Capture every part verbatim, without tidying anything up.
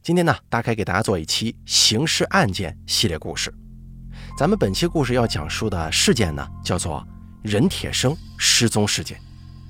今天呢，大概给大家做一期刑事案件系列故事。咱们本期故事要讲述的事件呢，叫做任铁生失踪事件。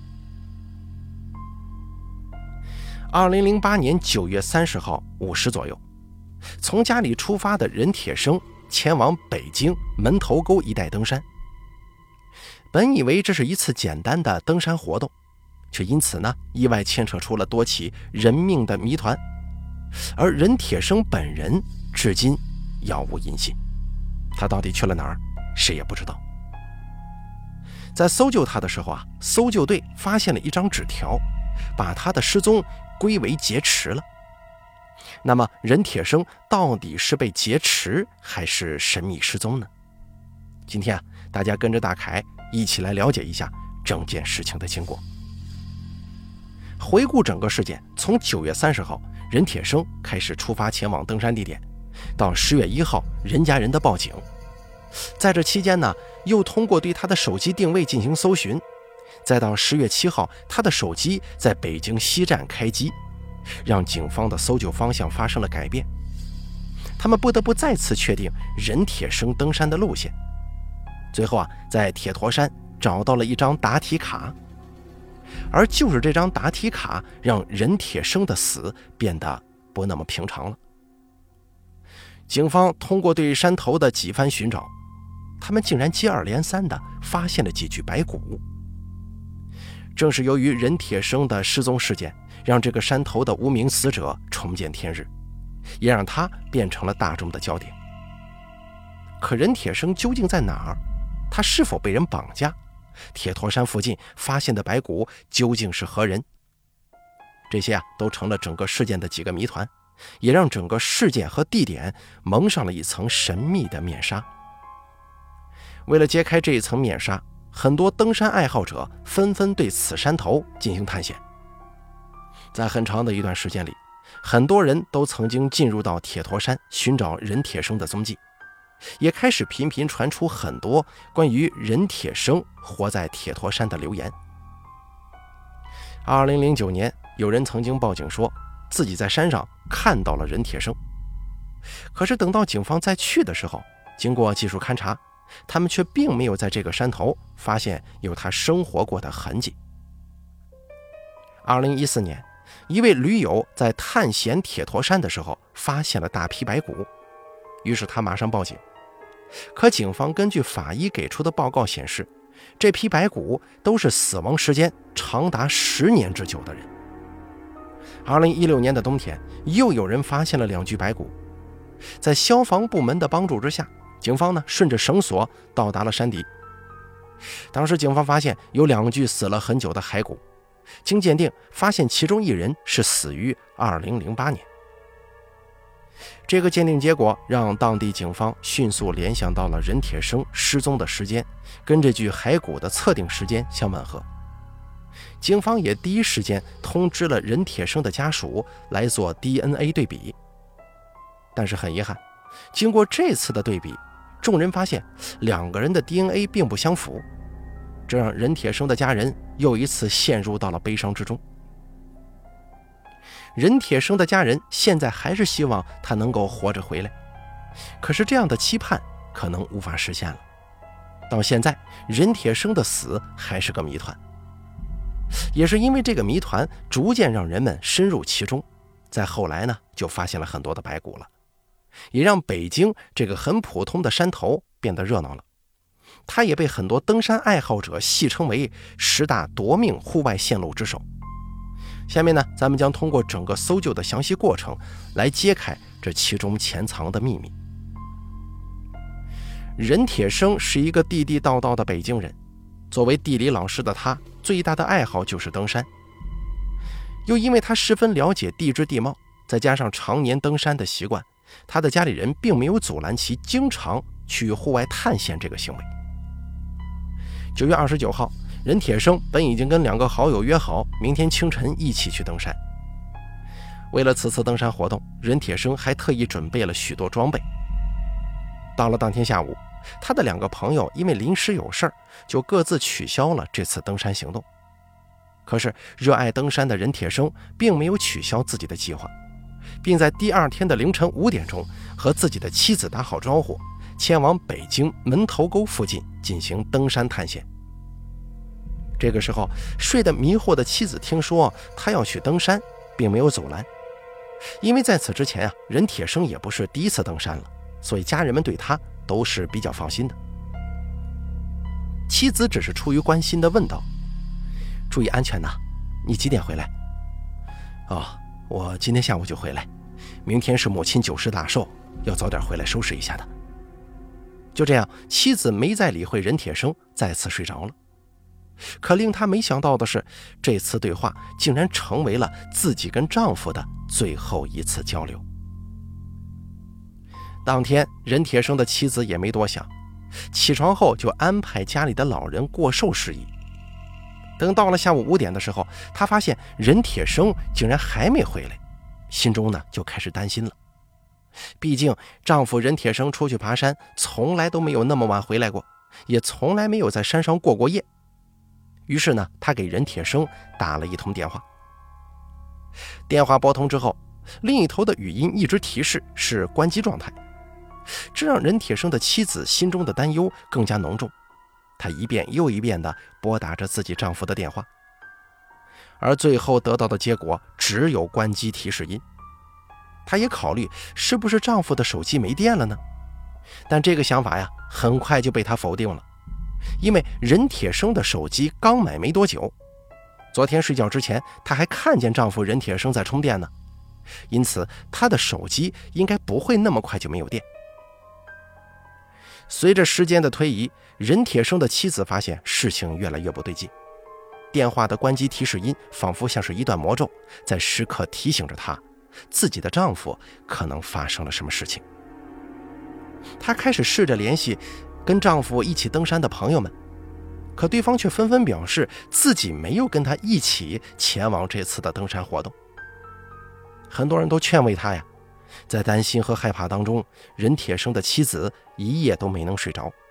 二零零八年九月三十号五时左右，从家里出发的任铁生前往北京门头沟一带登山。本以为这是一次简单的登山活动，却因此呢，意外牵扯出了多起人命的谜团。而任铁生本人至今杳无音信，他到底去了哪儿，谁也不知道。在搜救他的时候啊，搜救队发现了一张纸条，把他的失踪归为劫持了。那么任铁生到底是被劫持还是神秘失踪呢？今天啊，大家跟着大凯一起来了解一下整件事情的经过。回顾整个事件，从九月三十号任铁生开始出发前往登山地点，到十月一号任家人的报警，在这期间呢，又通过对他的手机定位进行搜寻，再到十月七号他的手机在北京西站开机，让警方的搜救方向发生了改变。他们不得不再次确定任铁生登山的路线。最后啊，在铁驼山找到了一张答题卡，而就是这张答题卡让任铁生的死变得不那么平常了。警方通过对山头的几番寻找，他们竟然接二连三地发现了几具白骨。正是由于任铁生的失踪事件，让这个山头的无名死者重见天日，也让他变成了大众的焦点。可任铁生究竟在哪儿？他是否被人绑架？铁驼山附近发现的白骨究竟是何人？这些啊，都成了整个事件的几个谜团，也让整个事件和地点蒙上了一层神秘的面纱。为了揭开这一层面纱，很多登山爱好者纷纷对此山头进行探险。在很长的一段时间里，很多人都曾经进入到铁驼山寻找任铁生的踪迹，也开始频频传出很多关于任铁生活在铁驼山的流言。二零零九年，有人曾经报警说自己在山上看到了任铁生，可是等到警方再去的时候，经过技术勘查，他们却并没有在这个山头发现有他生活过的痕迹。二零一四年，一位驴友在探险铁驼山的时候发现了大批白骨，于是他马上报警。可警方根据法医给出的报告显示，这批白骨都是死亡时间长达十年之久的人。二零一六年的冬天，又有人发现了两具白骨。在消防部门的帮助之下，警方呢顺着绳索到达了山底。当时警方发现有两具死了很久的骸骨，经鉴定发现其中一人是死于二零零八年。这个鉴定结果让当地警方迅速联想到了任铁生失踪的时间跟这具骸骨的测定时间相吻合。警方也第一时间通知了任铁生的家属来做 D N A 对比。但是很遗憾，经过这次的对比，众人发现两个人的 D N A 并不相符，这让任铁生的家人又一次陷入到了悲伤之中。任铁生的家人现在还是希望他能够活着回来，可是这样的期盼可能无法实现了。到现在，任铁生的死还是个谜团。也是因为这个谜团逐渐让人们深入其中，在后来呢，就发现了很多的白骨了，也让北京这个很普通的山头变得热闹了。它也被很多登山爱好者戏称为十大夺命户外线路之首。下面呢，咱们将通过整个搜救的详细过程来揭开这其中潜藏的秘密。任铁生是一个地地道道的北京人，作为地理老师的他，最大的爱好就是登山。又因为他十分了解地质地貌，再加上常年登山的习惯，他的家里人并没有阻拦其经常去户外探险这个行为。九月二十九号，任铁生本已经跟两个好友约好明天清晨一起去登山。为了此次登山活动，任铁生还特意准备了许多装备。到了当天下午，他的两个朋友因为临时有事儿，就各自取消了这次登山行动。可是热爱登山的任铁生并没有取消自己的计划， 并在第二天的凌晨五点钟和自己的妻子打好招呼，前往北京门头沟附近进行登山探险。这个时候，睡得迷糊的妻子听说他要去登山，并没有阻拦，因为在此之前啊，任铁生也不是第一次登山了，所以家人们对他都是比较放心的。妻子只是出于关心地问道：“注意安全呐，你几点回来？”“哦，我今天下午就回来，明天是母亲九十大寿，要早点回来收拾一下的。”就这样，妻子没再理会任铁生，再次睡着了。可令她没想到的是，这次对话竟然成为了自己跟丈夫的最后一次交流。当天，任铁生的妻子也没多想，起床后就安排家里的老人过寿事宜。等到了下午五点的时候，她发现任铁生竟然还没回来，心中呢就开始担心了。毕竟丈夫任铁生出去爬山，从来都没有那么晚回来过，也从来没有在山上过过夜。于是呢，她给任铁生打了一通电话。电话拨通之后，另一头的语音一直提示是关机状态，这让任铁生的妻子心中的担忧更加浓重。她一遍又一遍地拨打着自己丈夫的电话，而最后得到的结果只有关机提示音。她也考虑是不是丈夫的手机没电了呢？但这个想法呀，很快就被她否定了。因为任铁生的手机刚买没多久，昨天睡觉之前她还看见丈夫任铁生在充电呢，因此她的手机应该不会那么快就没有电。随着时间的推移，任铁生的妻子发现事情越来越不对劲，电话的关机提示音仿佛像是一段魔咒，在时刻提醒着她自己的丈夫可能发生了什么事情。她开始试着联系跟丈夫一起登山的朋友们，可对方却纷纷表示自己没有跟他一起前往这次的登山活动。很多人都劝慰他呀，在担心和害怕当中，任铁生的妻子一夜都没能睡着。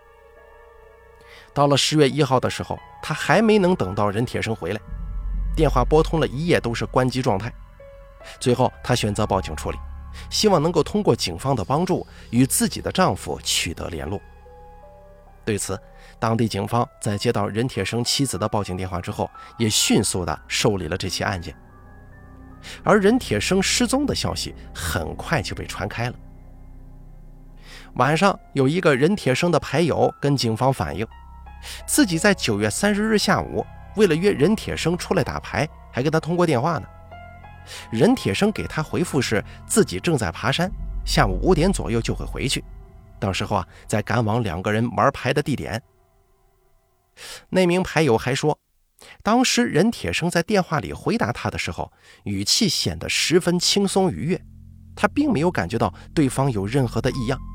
到了十月一号的时候，他还没能等到任铁生回来，电话拨通了一夜都是关机状态。最后他选择报警处理，希望能够通过警方的帮助与自己的丈夫取得联络。对此，当地警方在接到任铁生妻子的报警电话之后，也迅速地受理了这起案件。而任铁生失踪的消息很快就被传开了。晚上，有一个任铁生的牌友跟警方反映，自己在九月三十日下午为了约任铁生出来打牌，还跟他通过电话呢。任铁生给他回复是自己正在爬山，下午五点左右就会回去，到时候啊再赶往两个人玩牌的地点。那名牌友还说，当时任铁生在电话里回答他的时候，语气显得十分轻松愉悦，他并没有感觉到对方有任何的异样。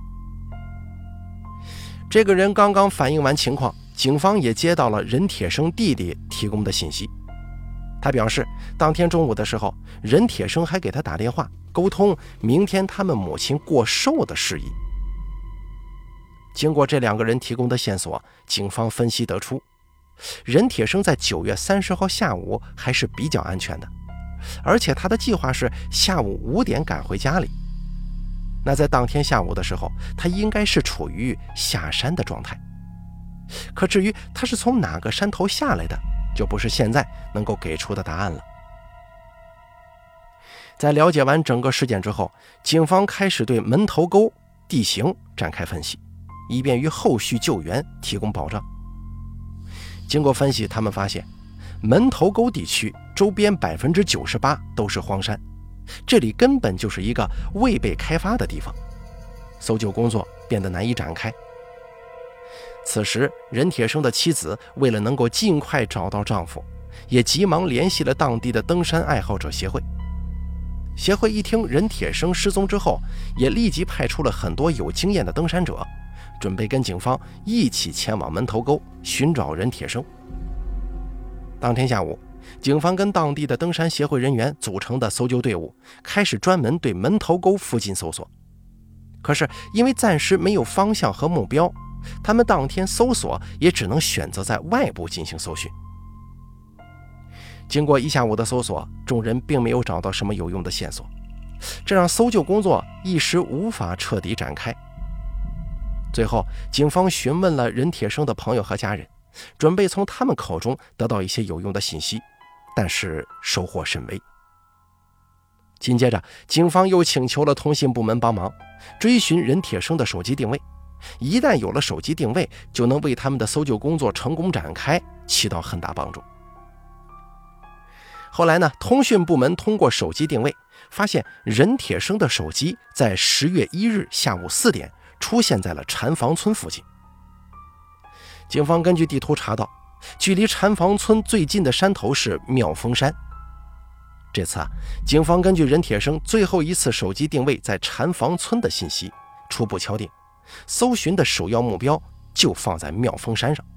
这个人刚刚反映完情况，警方也接到了任铁生弟弟提供的信息。他表示，当天中午的时候，任铁生还给他打电话沟通明天他们母亲过寿的事宜。经过这两个人提供的线索，警方分析得出，任铁生在九月三十号下午还是比较安全的，而且他的计划是下午五点赶回家里。那在当天下午的时候，他应该是处于下山的状态。可至于他是从哪个山头下来的，就不是现在能够给出的答案了。在了解完整个事件之后，警方开始对门头沟地形展开分析，以便于后续救援提供保障。经过分析，他们发现门头沟地区周边 百分之九十八 都是荒山，这里根本就是一个未被开发的地方，搜救工作变得难以展开。此时，任铁生的妻子为了能够尽快找到丈夫，也急忙联系了当地的登山爱好者协会。协会一听任铁生失踪之后，也立即派出了很多有经验的登山者，准备跟警方一起前往门头沟寻找任铁生。当天下午，警方跟当地的登山协会人员组成的搜救队伍开始专门对门头沟附近搜索。可是因为暂时没有方向和目标，他们当天搜索也只能选择在外部进行搜寻。经过一下午的搜索，众人并没有找到什么有用的线索， 这让搜救工作一时无法彻底展开。最后，警方询问了任铁生的朋友和家人，准备从他们口中得到一些有用的信息，但是收获甚微。紧接着，警方又请求了通信部门帮忙追寻任铁生的手机定位，一旦有了手机定位，就能为他们的搜救工作成功展开起到很大帮助。后来呢，通讯部门通过手机定位发现任铁生的手机在十月一日下午四点出现在了禅房村附近。警方根据地图查到，距离禅房村最近的山头是妙峰山。这次啊，警方根据任铁生最后一次手机定位在禅房村的信息，初步敲定搜寻的首要目标就放在妙峰山上。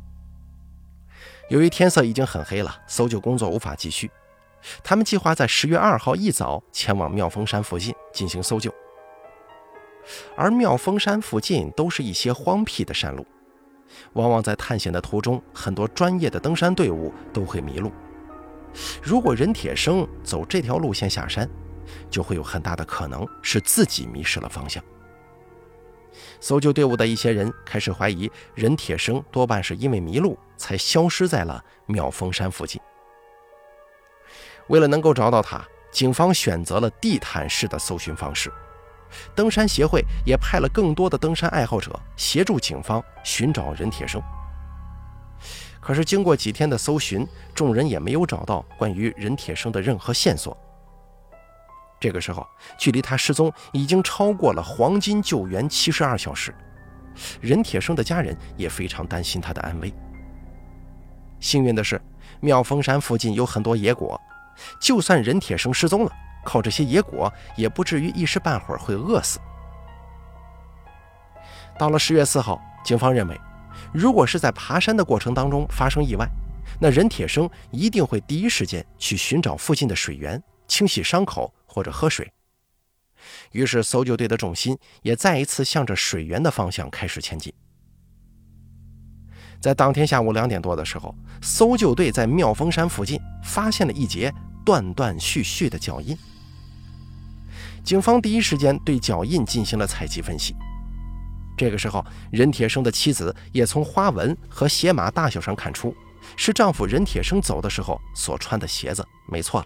由于天色已经很黑了，搜救工作无法继续，他们计划在十月二号一早前往妙峰山附近进行搜救。而妙峰山附近都是一些荒僻的山路，往往在探险的途中，很多专业的登山队伍都会迷路。如果任铁生走这条路线下山，就会有很大的可能是自己迷失了方向。搜救队伍的一些人开始怀疑任铁生多半是因为迷路才消失在了妙峰山附近。为了能够找到他，警方选择了地毯式的搜寻方式，登山协会也派了更多的登山爱好者协助警方寻找任铁生。可是经过几天的搜寻，众人也没有找到关于任铁生的任何线索。这个时候，距离他失踪已经超过了黄金救援七十二小时，任铁生的家人也非常担心他的安危。幸运的是，妙峰山附近有很多野果，就算任铁生失踪了，靠这些野果也不至于一时半会儿会饿死。到了十月四号，警方认为如果是在爬山的过程当中发生意外，那任铁生一定会第一时间去寻找附近的水源，清洗伤口或者喝水。于是搜救队的重心也再一次向着水源的方向开始前进。在当天下午两点多的时候，搜救队在妙峰山附近发现了一节断断续续的脚印。警方第一时间对脚印进行了采集分析。这个时候，任铁生的妻子也从花纹和鞋码大小上看出，是丈夫任铁生走的时候所穿的鞋子，没错了。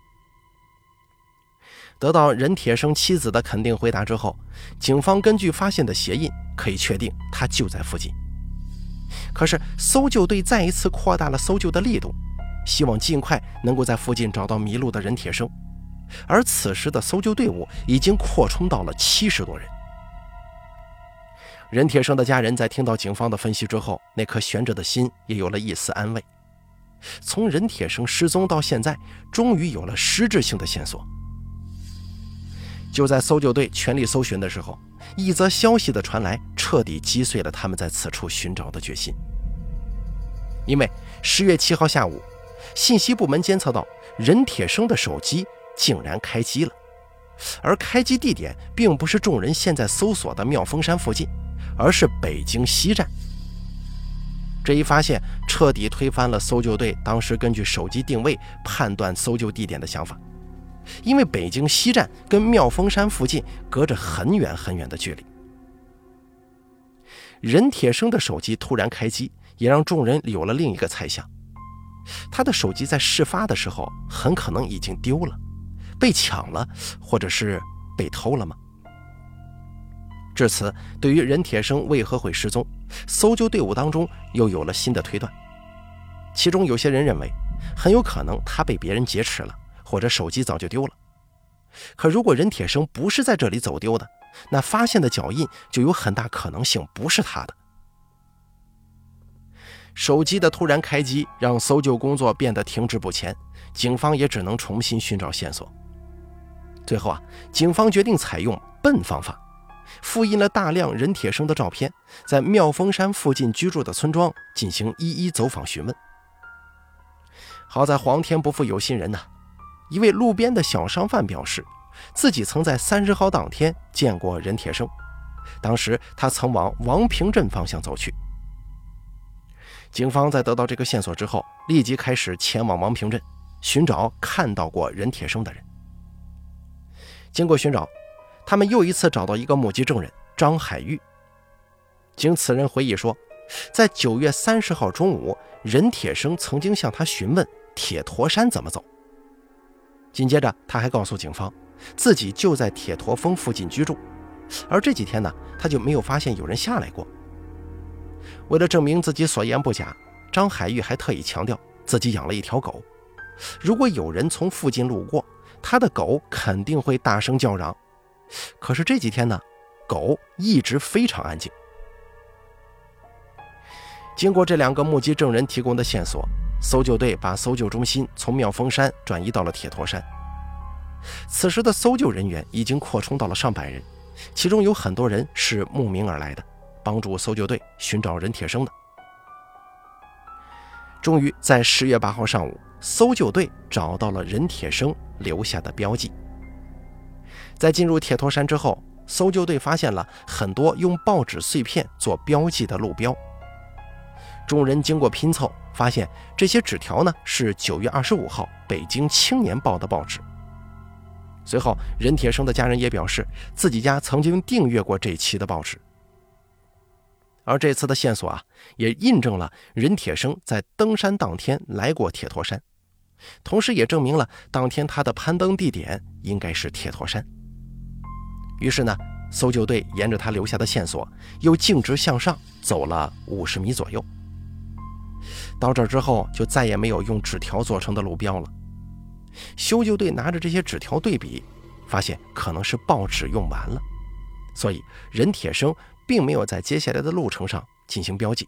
得到任铁生妻子的肯定回答之后，警方根据发现的鞋印可以确定他就在附近。可是搜救队再一次扩大了搜救的力度，希望尽快能够在附近找到迷路的任铁生。而此时的搜救队伍已经扩充到了七十多人。任铁生的家人在听到警方的分析之后，那颗悬着的心也有了一丝安慰。从任铁生失踪到现在，终于有了实质性的线索。就在搜救队全力搜寻的时候，一则消息的传来，彻底击碎了他们在此处寻找的决心。因为十月七号下午，信息部门监测到任铁生的手机竟然开机了，而开机地点并不是众人现在搜索的妙峰山附近，而是北京西站。这一发现彻底推翻了搜救队当时根据手机定位判断搜救地点的想法，因为北京西站跟妙峰山附近隔着很远很远的距离。任铁生的手机突然开机，也让众人有了另一个猜想，他的手机在事发的时候很可能已经丢了，被抢了，或者是被偷了吗？至此，对于任铁生为何会失踪，搜救队伍当中又有了新的推断。其中有些人认为，很有可能他被别人劫持了，或者手机早就丢了。可如果任铁生不是在这里走丢的，那发现的脚印就有很大可能性不是他的。手机的突然开机让搜救工作变得停滞不前，警方也只能重新寻找线索。最后啊，警方决定采用笨方法，复印了大量任铁生的照片，在妙峰山附近居住的村庄进行一一走访询问。好在皇天不负有心人呐、啊，一位路边的小商贩表示，自己曾在三十号当天见过任铁生，当时他曾往王平镇方向走去。警方在得到这个线索之后，立即开始前往王平镇，寻找看到过任铁生的人。 经过寻找，他们又一次找到一个目击证人张海玉。经此人回忆说，在九月三十号中午，任铁生曾经向他询问铁驼山怎么走。紧接着他还告诉警方，自己就在铁驼峰附近居住，而这几天呢，他就没有发现有人下来过。为了证明自己所言不假，张海玉还特意强调自己养了一条狗，如果有人从附近路过，他的狗肯定会大声叫嚷。可是这几天呢，狗一直非常安静。经过这两个目击证人提供的线索，搜救队把搜救中心从妙峰山转移到了铁驼山。此时的搜救人员已经扩充到了上百人，其中有很多人是慕名而来的，帮助搜救队寻找任铁生的。终于在十月八号上午，搜救队找到了任铁生留下的标记。在进入铁驼山之后，搜救队发现了很多用报纸碎片做标记的路标。众人经过拼凑，发现这些纸条呢是九月二十五号北京青年报的报纸。随后任铁生的家人也表示，自己家曾经订阅过这期的报纸。而这次的线索啊，也印证了任铁生在登山当天来过铁驼山，同时也证明了当天他的攀登地点应该是铁驼山。于是呢，搜救队沿着他留下的线索，又径直向上走了五十米左右。到这之后，就再也没有用纸条做成的路标了。搜救队拿着这些纸条对比，发现可能是报纸用完了，所以任铁生并没有在接下来的路程上进行标记。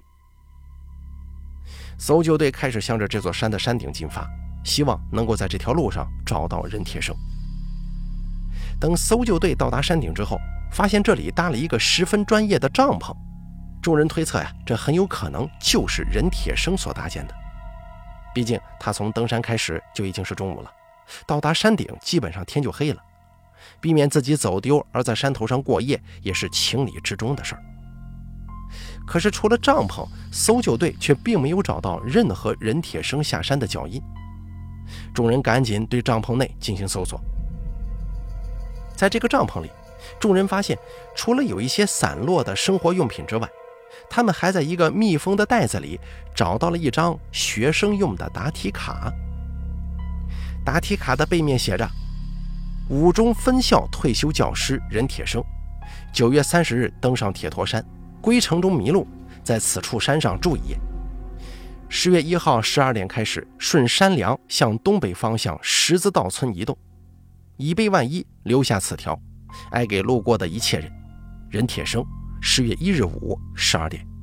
搜救队开始向着这座山的山顶进发，希望能够在这条路上找到任铁生。等搜救队到达山顶之后，发现这里搭了一个十分专业的帐篷。众人推测呀，这很有可能就是任铁生所搭建的。毕竟他从登山开始就已经是中午了，到达山顶基本上天就黑了，避免自己走丢而在山头上过夜也是情理之中的事儿。可是除了帐篷，搜救队却并没有找到任何任铁生下山的脚印。众人赶紧对帐篷内进行搜索。在这个帐篷里，众人发现除了有一些散落的生活用品之外，他们还在一个密封的袋子里找到了一张学生用的答题卡。答题卡的背面写着：五中分校退休教师任铁生，九月三十日登上铁驼山，归程中迷路，在此处山上住一夜。十月一号十二点开始，顺山梁向东北方向十字道村移动，以备万一，留下此条，爱给路过的一切人。任铁生，十月一日午十二点。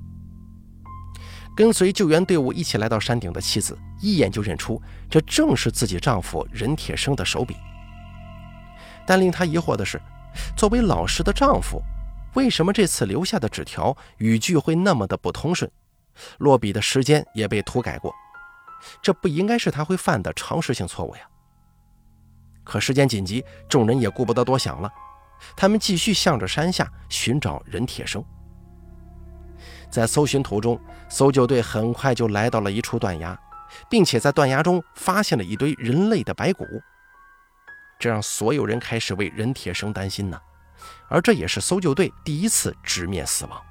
跟随救援队伍一起来到山顶的妻子一眼就认出，这正是自己丈夫任铁生的手笔。但令她疑惑的是，作为老实的丈夫，为什么这次留下的纸条语句会那么的不通顺，落笔的时间也被涂改过？这不应该是他会犯的常识性错误呀。可时间紧急，众人也顾不得多想了，他们继续向着山下寻找任铁生。在搜寻途中，搜救队很快就来到了一处断崖，并且在断崖中发现了一堆人类的白骨，这让所有人开始为任铁生担心呢。而这也是搜救队第一次直面死亡。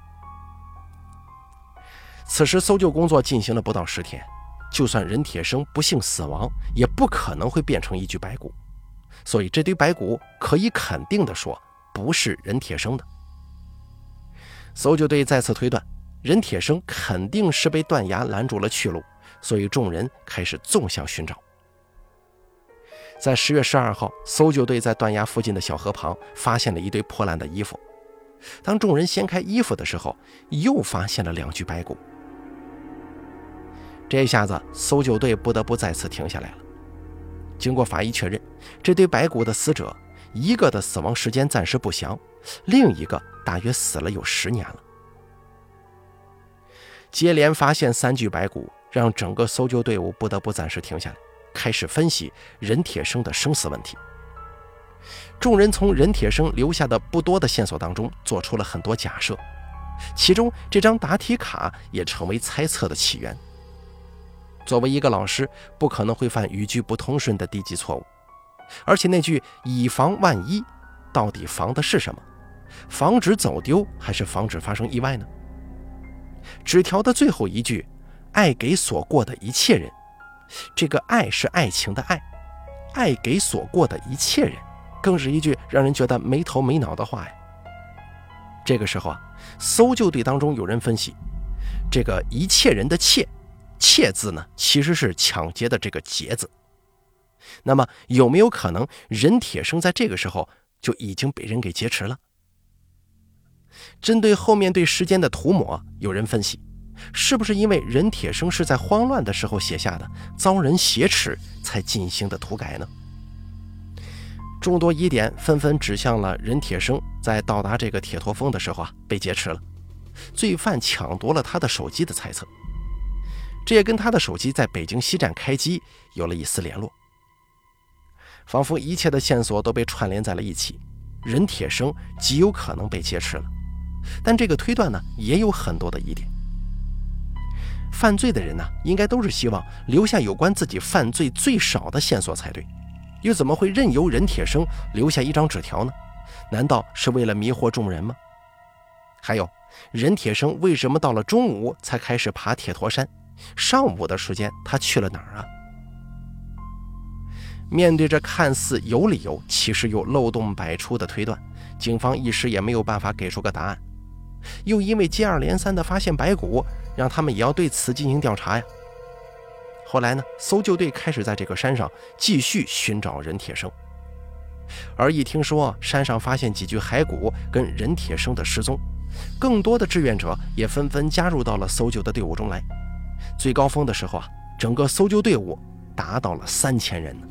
此时搜救工作进行了不到十天，就算任铁生不幸死亡，也不可能会变成一具白骨，所以这堆白骨可以肯定地说不是任铁生的。搜救队再次推断，任铁生肯定是被断崖拦住了去路，所以众人开始纵向寻找。在十月十二号，搜救队在断崖附近的小河旁发现了一堆破烂的衣服。当众人掀开衣服的时候，又发现了两具白骨。这下子搜救队不得不再次停下来了。经过法医确认，这堆白骨的死者，一个的死亡时间暂时不详，另一个大约死了有十年了。接连发现三具白骨，让整个搜救队伍不得不暂时停下来，开始分析任铁生的生死问题。众人从任铁生留下的不多的线索当中做出了很多假设，其中这张答题卡也成为猜测的起源。作为一个老师，不可能会犯语句不通顺的低级错误， 而且那句以防万一，到底防的是什么？防止走丢还是防止发生意外呢？纸条的最后一句，爱给所过的一切人，这个爱是爱情的爱，爱给所过的一切人，更是一句让人觉得没头没脑的话呀。这个时候啊，搜救队当中有人分析，这个一切人的切切字呢，其实是抢劫的这个劫字。那么有没有可能任铁生在这个时候就已经被人给劫持了？针对后面对时间的涂抹，有人分析，是不是因为任铁生是在慌乱的时候写下的，遭人挟持才进行的涂改呢？众多疑点纷纷指向了任铁生在到达这个铁驼峰的时候啊被劫持了，罪犯抢夺了他的手机的猜测，这也跟他的手机在北京西站开机有了一丝联络。仿佛一切的线索都被串联在了一起，任铁生极有可能被劫持了。但这个推断呢，也有很多的疑点。犯罪的人呢，应该都是希望留下有关自己犯罪最少的线索才对，又怎么会任由任铁生留下一张纸条呢？难道是为了迷惑众人吗？还有，任铁生为什么到了中午才开始爬铁驼山？上午的时间他去了哪儿啊？面对着看似有理由，其实又漏洞百出的推断，警方一时也没有办法给出个答案。又因为接二连三的发现白骨，让他们也要对此进行调查呀。后来呢，搜救队开始在这个山上继续寻找任铁生。而一听说山上发现几具骸骨跟任铁生的失踪，更多的志愿者也纷纷加入到了搜救的队伍中来。最高峰的时候啊，整个搜救队伍达到了三千人呢。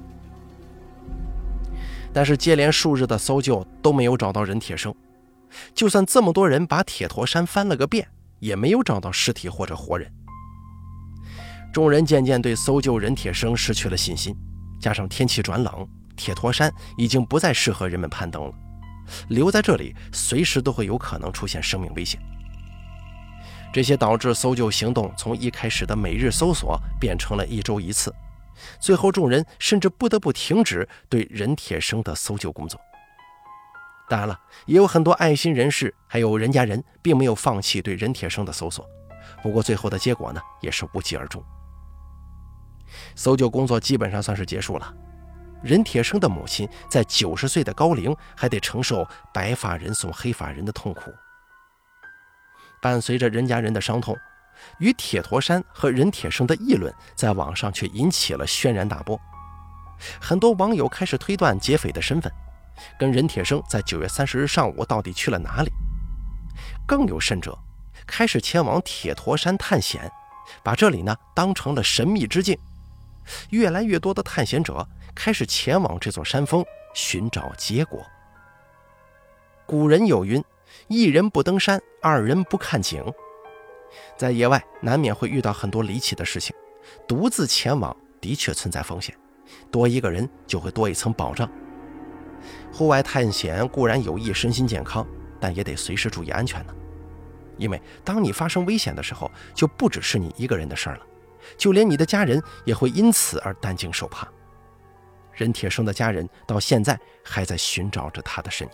但是接连数日的搜救都没有找到任铁生，就算这么多人把铁驼山翻了个遍，也没有找到尸体或者活人。众人渐渐对搜救任铁生失去了信心，加上天气转冷，铁驼山已经不再适合人们攀登了，留在这里随时都会有可能出现生命危险。这些导致搜救行动从一开始的每日搜索变成了一周一次，最后众人甚至不得不停止对任铁生的搜救工作。当然了，也有很多爱心人士还有任家人并没有放弃对任铁生的搜索，不过最后的结果呢，也是无疾而终。搜救工作基本上算是结束了，任铁生的母亲在九十岁的高龄还得承受白发人送黑发人的痛苦。伴随着任家人的伤痛，与铁驼山和任铁生的议论在网上却引起了轩然大波。很多网友开始推断劫匪的身份，跟任铁生在九月三十日上午到底去了哪里。更有甚者，开始前往铁驼山探险，把这里呢当成了神秘之境。越来越多的探险者开始前往这座山峰寻找结果。古人有云，一人不登山，二人不看景。在野外难免会遇到很多离奇的事情，独自前往的确存在风险，多一个人就会多一层保障。户外探险固然有益身心健康，但也得随时注意安全呢。因为当你发生危险的时候，就不只是你一个人的事儿了，就连你的家人也会因此而担惊受怕。任铁生的家人到现在还在寻找着他的身影。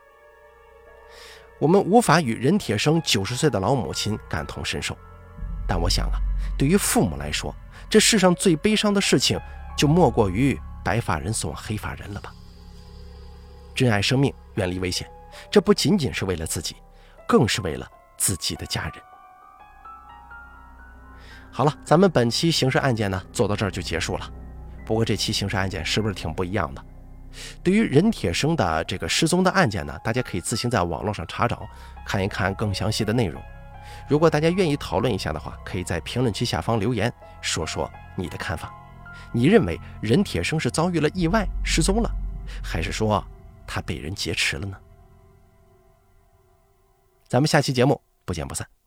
我们无法与任铁生九十岁的老母亲感同身受，但我想啊，对于父母来说，这世上最悲伤的事情就莫过于白发人送黑发人了吧。珍爱生命，远离危险，这不仅仅是为了自己，更是为了自己的家人。好了，咱们本期刑事案件呢做到这儿就结束了。不过这期刑事案件是不是挺不一样的？对于任铁生的这个失踪的案件呢，大家可以自行在网络上查找，看一看更详细的内容。如果大家愿意讨论一下的话，可以在评论区下方留言，说说你的看法。你认为任铁生是遭遇了意外失踪了，还是说他被人劫持了呢？咱们下期节目不见不散。